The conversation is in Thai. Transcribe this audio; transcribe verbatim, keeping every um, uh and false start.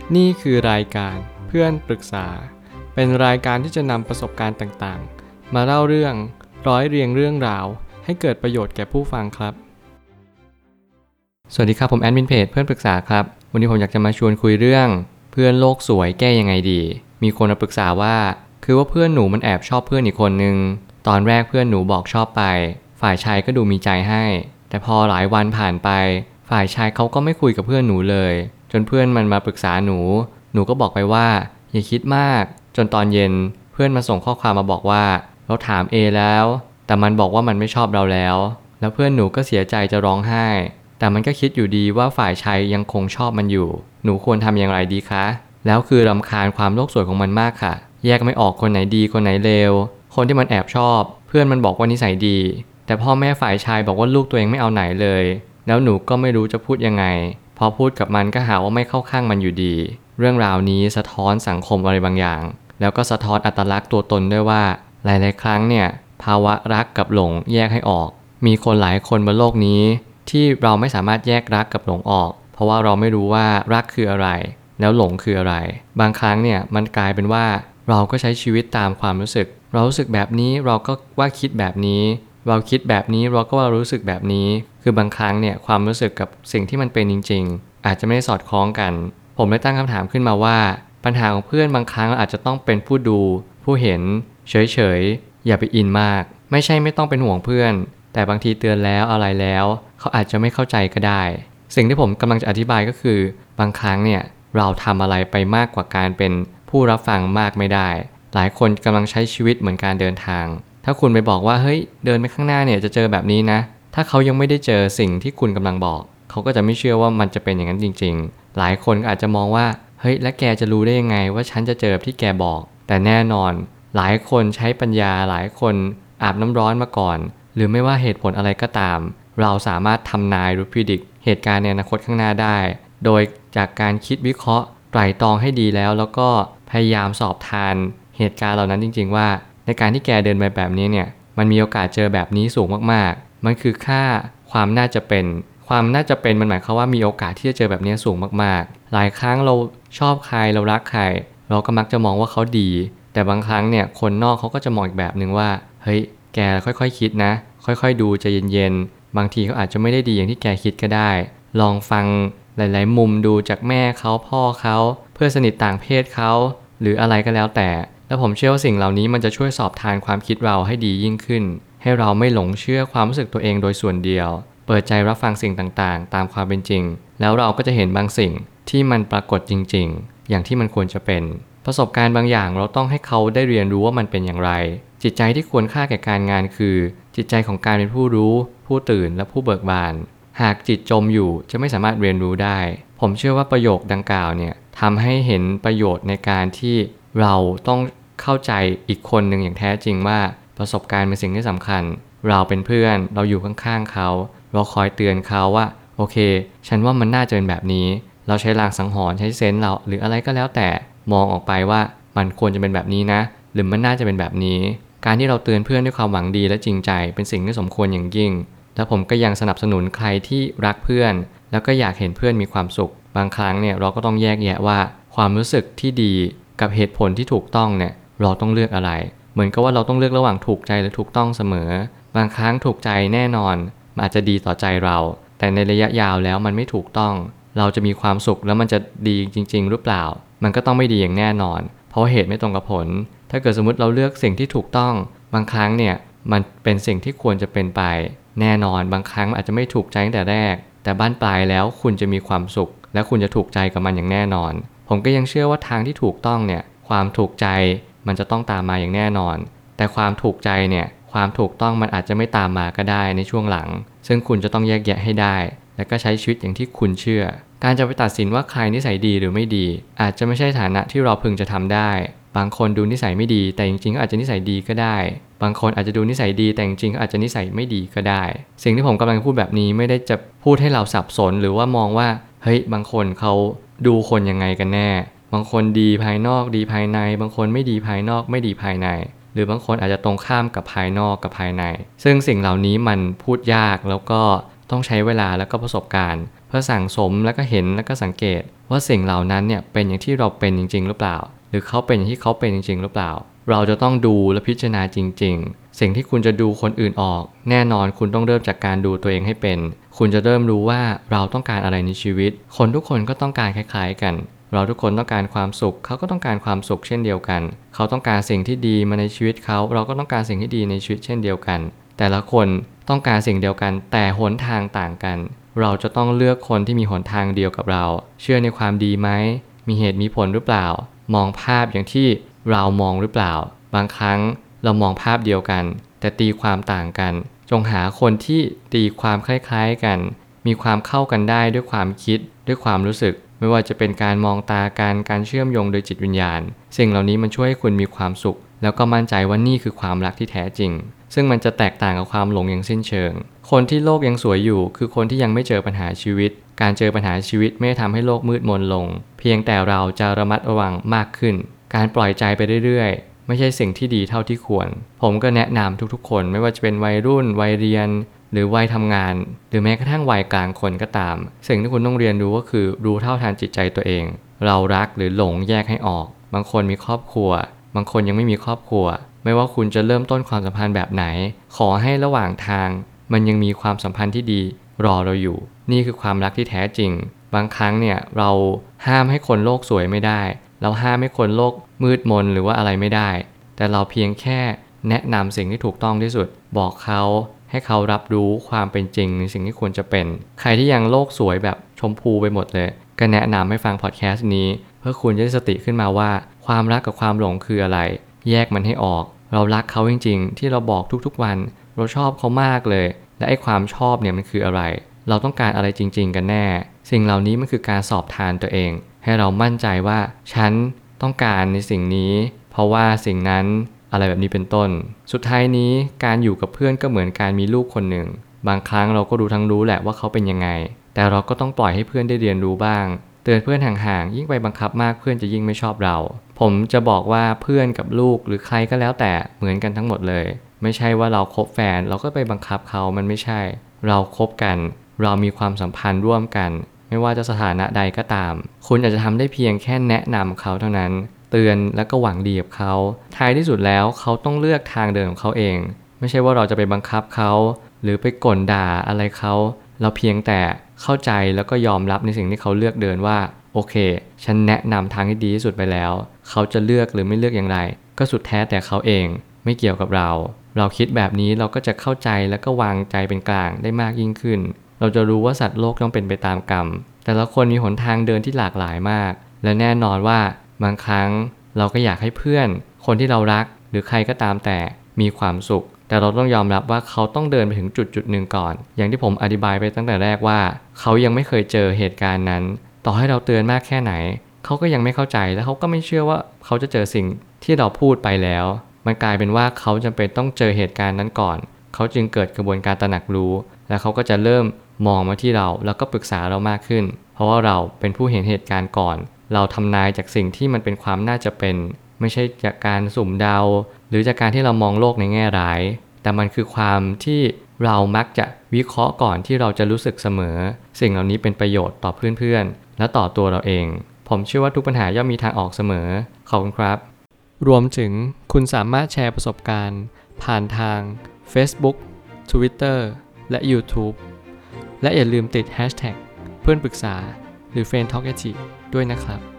นี่คือรายการเพื่อนปรึกษาเป็นรายการที่จะนำประสบการณ์ต่างๆมาเล่าเรื่องร้อยเรียงเรื่องราวให้เกิดประโยชน์แก่ผู้ฟังครับสวัสดีครับผมแอดมินเพจเพื่อนปรึกษาครับวันนี้ผมอยากจะมาชวนคุยเรื่องเพื่อนโลกสวยแก้ยังไงดีมีคนมาปรึกษาว่าคือว่าเพื่อนหนูมันแอบชอบเพื่อนอีกคนนึงตอนแรกเพื่อนหนูบอกชอบไปฝ่ายชายก็ดูมีใจให้แต่พอหลายวันผ่านไปฝ่ายชายเขาก็ไม่คุยกับเพื่อนหนูเลยจนเพื่อนมันมาปรึกษาหนูหนูก็บอกไปว่าอย่าคิดมากจนตอนเย็นเพื่อนมาส่งข้อความมาบอกว่าเราถาม A แล้วแต่มันบอกว่ามันไม่ชอบเราแล้วแล้วเพื่อนหนูก็เสียใจจะร้องไห้แต่มันก็คิดอยู่ดีว่าฝ่ายชายยังคงชอบมันอยู่หนูควรทำอย่างไรดีคะแล้วคือรำคาญความโลกสวยของมันมากค่ะแยกไม่ออกคนไหนดีคนไหนเลวคนที่มันแอบชอบเพื่อนมันบอกว่านิสัยดีแต่พ่อแม่ฝ่ายชายบอกว่าลูกตัวเองไม่เอาไหนเลยแล้วหนูก็ไม่รู้จะพูดยังไงพอพูดกับมันก็หาว่าไม่เข้าข้างมันอยู่ดีเรื่องราวนี้สะท้อนสังคมอะไรบางอย่างแล้วก็สะท้อนอัตลักษณ์ตัวตนด้วยว่าหลายๆครั้งเนี่ยภาวะรักกับหลงแยกให้ออกมีคนหลายคนบนโลกนี้ที่เราไม่สามารถแยกรักกับหลงออกเพราะว่าเราไม่รู้ว่ารักคืออะไรแล้วหลงคืออะไรบางครั้งเนี่ยมันกลายเป็นว่าเราก็ใช้ชีวิตตามความรู้สึกเรารู้สึกแบบนี้เราก็ว่าคิดแบบนี้เราคิดแบบนี้เราก็ว่ารู้สึกแบบนี้คือบางครั้งเนี่ยความรู้สึกกับสิ่งที่มันเป็นจริงๆอาจจะไม่ได้สอดคล้องกันผมเลยตั้งคำถามขึ้นมาว่าปัญหาของเพื่อนบางครั้งเราอาจจะต้องเป็นผู้ดูผู้เห็นเฉยๆอย่าไปอินมากไม่ใช่ไม่ต้องเป็นห่วงเพื่อนแต่บางทีเตือนแล้วอะไรแล้วเขาอาจจะไม่เข้าใจก็ได้สิ่งที่ผมกำลังจะอธิบายก็คือบางครั้งเนี่ยเราทำอะไรไปมากกว่าการเป็นผู้รับฟังมากไม่ได้หลายคนกำลังใช้ชีวิตเหมือนการเดินทางถ้าคุณไปบอกว่าเฮ้ยเดินไปข้างหน้าเนี่ยจะเจอแบบนี้นะถ้าเขายังไม่ได้เจอสิ่งที่คุณกำลังบอกเขาก็จะไม่เชื่อว่ามันจะเป็นอย่างนั้นจริงๆหลายคนอาจจะมองว่าเฮ้ยและแกจะรู้ได้ยังไงว่าฉันจะเจอแบบที่แกบอกแต่แน่นอนหลายคนใช้ปัญญาหลายคนอาบน้ำร้อนมาก่อนหรือไม่ว่าเหตุผลอะไรก็ตามเราสามารถทำนายหรือพิจิตรเหตุการณ์ในอนาคตข้างหน้าได้โดยจากการคิดวิเคราะห์ไตร่ตรองให้ดีแล้วแล้วก็พยายามสอบทานเหตุการณ์เหล่านั้นจริงๆว่าในการที่แกเดินไปแบบนี้เนี่ยมันมีโอกาสเจอแบบนี้สูงมากๆมันคือค่าความน่าจะเป็นความน่าจะเป็นมันหมายความว่ามีโอกาสที่จะเจอแบบนี้สูงมากๆหลายครั้งเราชอบใครเรารักใครเราก็มักจะมองว่าเขาดีแต่บางครั้งเนี่ยคนนอกเขาก็จะมองอีกแบบนึงว่าเฮ้ยแกค่อยๆ ค, คิดนะค่อยๆดูใจเย็นๆบางทีเขาอาจจะไม่ได้ดีอย่างที่แกคิดก็ได้ลองฟังหลายๆมุมดูจากแม่เขาพ่อเขาเพื่อนสนิทต่างเพศเขาหรืออะไรก็แล้วแต่แล้วผมเชื่อว่าสิ่งเหล่านี้มันจะช่วยสอบทานความคิดเราให้ดียิ่งขึ้นให้เราไม่หลงเชื่อความรู้สึกตัวเองโดยส่วนเดียวเปิดใจรับฟังสิ่งต่างๆตามความเป็นจริงแล้วเราก็จะเห็นบางสิ่งที่มันปรากฏจริงๆอย่างที่มันควรจะเป็นประสบการณ์บางอย่างเราต้องให้เขาได้เรียนรู้ว่ามันเป็นอย่างไรจิตใจที่ควรค่าแก่การงานคือจิตใจของการเป็นผู้รู้ผู้ตื่นและผู้เบิกบานหากจิตจมอยู่จะไม่สามารถเรียนรู้ได้ผมเชื่อว่าประโยคดังกล่าวเนี่ยทำให้เห็นประโยชน์ในการที่เราต้องเข้าใจอีกคนหนึ่งอย่างแท้จริงว่าประสบการณ์เป็นสิ่งที่สำคัญเราเป็นเพื่อนเราอยู่ข้างๆเขาเราคอยเตือนเขาว่าโอเคฉันว่ามันน่าจะเป็นแบบนี้เราใช้ลางสังหรณ์ใช้เซนส์เราหรืออะไรก็แล้วแต่มองออกไปว่ามันควรจะเป็นแบบนี้นะหรือมันน่าจะเป็นแบบนี้การที่เราเตือนเพื่อนด้วยความหวังดีและจริงใจเป็นสิ่งที่สมควรอย่างยิ่งและผมก็ยังสนับสนุนใครที่รักเพื่อนแล้วก็อยากเห็นเพื่อนมีความสุขบางครั้งเนี่ยเราก็ต้องแยกแยะว่าความรู้สึกที่ดีกับเหตุผลที่ถูกต้องเนี่ยเราต้องเลือกอะไรเหมือนกับว่าเราต้องเลือกระหว่างถูกใจและถูกต้องเสมอบางครั้งถูกใจแน่นอนมันอาจจะดีต่อใจเราแต่ในระยะยาวแล้วมันไม่ถูกต้องเราจะมีความสุขแล้วมันจะดีจริงๆหรือเปล่ามันก็ต้องไม่ดีอย่างแน่นอนเพราะเหตุไม่ตรงกับผลถ้าเกิดสมมติเราเลือกสิ่งที่ถูกต้องบางครั้งเนี่ยมันเป็นสิ่งที่ควรจะเป็นไปแน่นอนบางครั้งอาจจะไม่ถูกใจตั้งแต่แรกแต่บ้านปลายแล้วคุณจะมีความสุขและคุณจะถูกใจกับมันอย่างแน่นอนผมก็ยังเชื่อว่าทางที่ถูกต้องเนี่ยความถูกใจมันจะต้องตามมาอย่างแน่นอนแต่ความถูกใจเนี่ยความถูกต้องมันอาจจะไม่ตามมาก็ได้ในช่วงหลังซึ่งคุณจะต้องแยกแยะให้ได้และก็ใช้ชีวิตอย่างที่คุณเชื่อการจะไปตัดสินว่าใครนิสัยดีหรือไม่ดีอาจจะไม่ใช่ฐานะที่เราพึงจะทำได้บางคนดูนิสัยไม่ดีแต่จริงๆก็อาจจะนิสัยดีก็ได้บางคนอาจจะดูนิสัยดีแต่จริงๆก็อาจจะนิสัยไม่ดีก็ได้สิ่งที่ผมกำลังพูดแบบนี้ไม่ได้จะพูดให้เราสับสนหรือว่ามองว่าเฮ้ยบางคนเขาดูคนยังไงกันแน่บางคนดีภายนอกดีภายในบางคนไม่ดีภายนอกไม่ดีภายในหรือบางคนอาจจะตรงข้ามกับภายนอกกับภายในซึ่งสิ่งเหล่านี้มันพูดยากแล้วก็ต้องใช้เวลาและก็ประสบการณ์เพื่อสั่งสมแล้วก็เห็นแล้วก็สังเกตว่าสิ่งเหล่านั้นเนี่ยเป็นอย่างที่เราเป็นจริงๆหรือเปล่าหรือเขาเป็นอย่างที่เขาเป็นจริงๆหรือเปล่าเราจะต้องดูและพิจารณาจริงๆสิ่งที่คุณจะดูคนอื่นออกแน่นอนคุณต้องเริ่มจากการดูตัวเองให้เป็นคุณจะเริ่มรู้ว่าเราต้องการอะไรในชีวิตคนทุกคนก็ต้องการคล้ายๆกันเราทุกคนต้องการความสุขเขาก็ต้องการความสุขเช่นเดียวกันเขาต้องการสิ่งที่ดีมาในชีวิตเขาเราก็ต้องการสิ่งที่ดีในชีวิตเช่นเดียวกันแต่ละคนต้องการสิ่งเดียวกันแต่หนทางต่างกันเราจะต้องเลือกคนที่มีหนทางเดียวกับเราเชื่อในความดีไหมมีเหตุมีผลหรือเปล่ามองภาพอย่างที่เรามองหรือเปล่าบางครั้งเรามองภาพเดียวกันแต่ตีความต่างกันจงหาคนที่ตีความคล้ายๆกันมีความเข้ากันได้ด้วยความคิดด้วยความรู้สึกไม่ว่าจะเป็นการมองตากันการเชื่อมโยงโดยจิตวิญญาณสิ่งเหล่านี้มันช่วยให้คุณมีความสุขแล้วก็มั่นใจว่านี่คือความรักที่แท้จริงซึ่งมันจะแตกต่างกับความหลงอย่างสิ้นเชิงคนที่โลกยังสวยอยู่คือคนที่ยังไม่เจอปัญหาชีวิตการเจอปัญหาชีวิตไม่ได้ทำให้โลกมืดมนลงเพียงแต่เราจะระมัดระวังมากขึ้นการปล่อยใจไปเรื่อยๆไม่ใช่สิ่งที่ดีเท่าที่ควรผมก็แนะนำทุกๆคนไม่ว่าจะเป็นวัยรุ่นวัยเรียนหรือวัยทำงานหรือแม้กระทั่งวัยกลางคนก็ตามสิ่งที่คุณต้องเรียนรู้ก็คือรู้เท่าทันจิตใจตัวเองเรารักหรือหลงแยกให้ออกบางคนมีครอบครัวบางคนยังไม่มีครอบครัวไม่ว่าคุณจะเริ่มต้นความสัมพันธ์แบบไหนขอให้ระหว่างทางมันยังมีความสัมพันธ์ที่ดีรอเราอยู่นี่คือความรักที่แท้จริงบางครั้งเนี่ยเราห้ามให้คนโลกสวยไม่ได้เราห้ามให้คนโลกมืดมนหรือว่าอะไรไม่ได้แต่เราเพียงแค่แนะนำสิ่งที่ถูกต้องที่สุดบอกเขาให้เขารับรู้ความเป็นจริงในสิ่งที่ควรจะเป็นใครที่ยังโลกสวยแบบชมพูไปหมดเลยก็แนะนำให้ฟังพอดแคสต์นี้เพื่อคุณจะได้สติขึ้นมาว่าความรักกับความหลงคืออะไรแยกมันให้ออกเรารักเขาจริงๆที่เราบอกทุกๆวันเราชอบเขามากเลยและไอ้ความชอบเนี่ยมันคืออะไรเราต้องการอะไรจริงๆกันแน่สิ่งเหล่านี้มันคือการสอบทานตัวเองให้เรามั่นใจว่าฉันต้องการในสิ่งนี้เพราะว่าสิ่งนั้นอะไรแบบนี้เป็นต้นสุดท้ายนี้การอยู่กับเพื่อนก็เหมือนการมีลูกคนหนึ่งบางครั้งเราก็รู้ทั้งรู้แหละว่าเขาเป็นยังไงแต่เราก็ต้องปล่อยให้เพื่อนได้เรียนรู้บ้างเตือนเพื่อนห่างๆยิ่งไปบังคับมากเพื่อนจะยิ่งไม่ชอบเราผมจะบอกว่าเพื่อนกับลูกหรือใครก็แล้วแต่เหมือนกันทั้งหมดเลยไม่ใช่ว่าเราคบแฟนเราก็ไปบังคับเขามันไม่ใช่เราคบกันเรามีความสัมพันธ์ร่วมกันไม่ว่าจะสถานะใดก็ตามคุณอาจจะทำได้เพียงแค่แนะนำเขาเท่านั้นเตือนและก็หวังดีกับเขาท้ายที่สุดแล้วเขาต้องเลือกทางเดินของเขาเองไม่ใช่ว่าเราจะไปบังคับเขาหรือไปก่นด่าอะไรเขาเราเพียงแต่เข้าใจแล้วก็ยอมรับในสิ่งที่เขาเลือกเดินว่าโอเคฉันแนะนำทางที่ดีที่สุดไปแล้วเขาจะเลือกหรือไม่เลือกอย่างไรก็สุดแท้แต่เขาเองไม่เกี่ยวกับเราเราคิดแบบนี้เราก็จะเข้าใจและก็วางใจเป็นกลางได้มากยิ่งขึ้นเราจะรู้ว่าสัตว์โลกต้องเป็นไปตามกรรมแต่ละคนมีหนทางเดินที่หลากหลายมากและแน่นอนว่าบางครั้งเราก็อยากให้เพื่อนคนที่เรารักหรือใครก็ตามแต่มีความสุขแต่เราต้องยอมรับว่าเขาต้องเดินไปถึงจุดจุดหนึ่งก่อนอย่างที่ผมอธิบายไปตั้งแต่แรกว่าเขายังไม่เคยเจอเหตุการณ์นั้นต่อให้เราเตือนมากแค่ไหนเขาก็ยังไม่เข้าใจและเขาก็ไม่เชื่อว่าเขาจะเจอสิ่งที่เราพูดไปแล้วมันกลายเป็นว่าเขาจำเป็นต้องเจอเหตุการณ์นั้นก่อนเขาจึงเกิดกระบวนการตระหนักรู้และเขาก็จะเริ่มมองมาที่เราแล้วก็ปรึกษาเรามากขึ้นเพราะว่าเราเป็นผู้เห็นเหตุการณ์ก่อนเราทำนายจากสิ่งที่มันเป็นความน่าจะเป็นไม่ใช่จากการสุ่มเดาหรือจากการที่เรามองโลกในแง่ร้ายแต่มันคือความที่เรามักจะวิเคราะห์ก่อนที่เราจะรู้สึกเสมอสิ่งเหล่านี้เป็นประโยชน์ต่อเพื่อนๆและต่อตัวเราเองผมเชื่อว่าทุกปัญหาย่อมมีทางออกเสมอขอบคุณครับรวมถึงคุณสามารถแชร์ประสบการณ์ผ่านทาง Facebook Twitter และ YouTube และอย่าลืมติด แฮชแท็ก เพื่อนปรึกษาหรือ เฟรนด์ ทอล์ก ด้วยนะครับ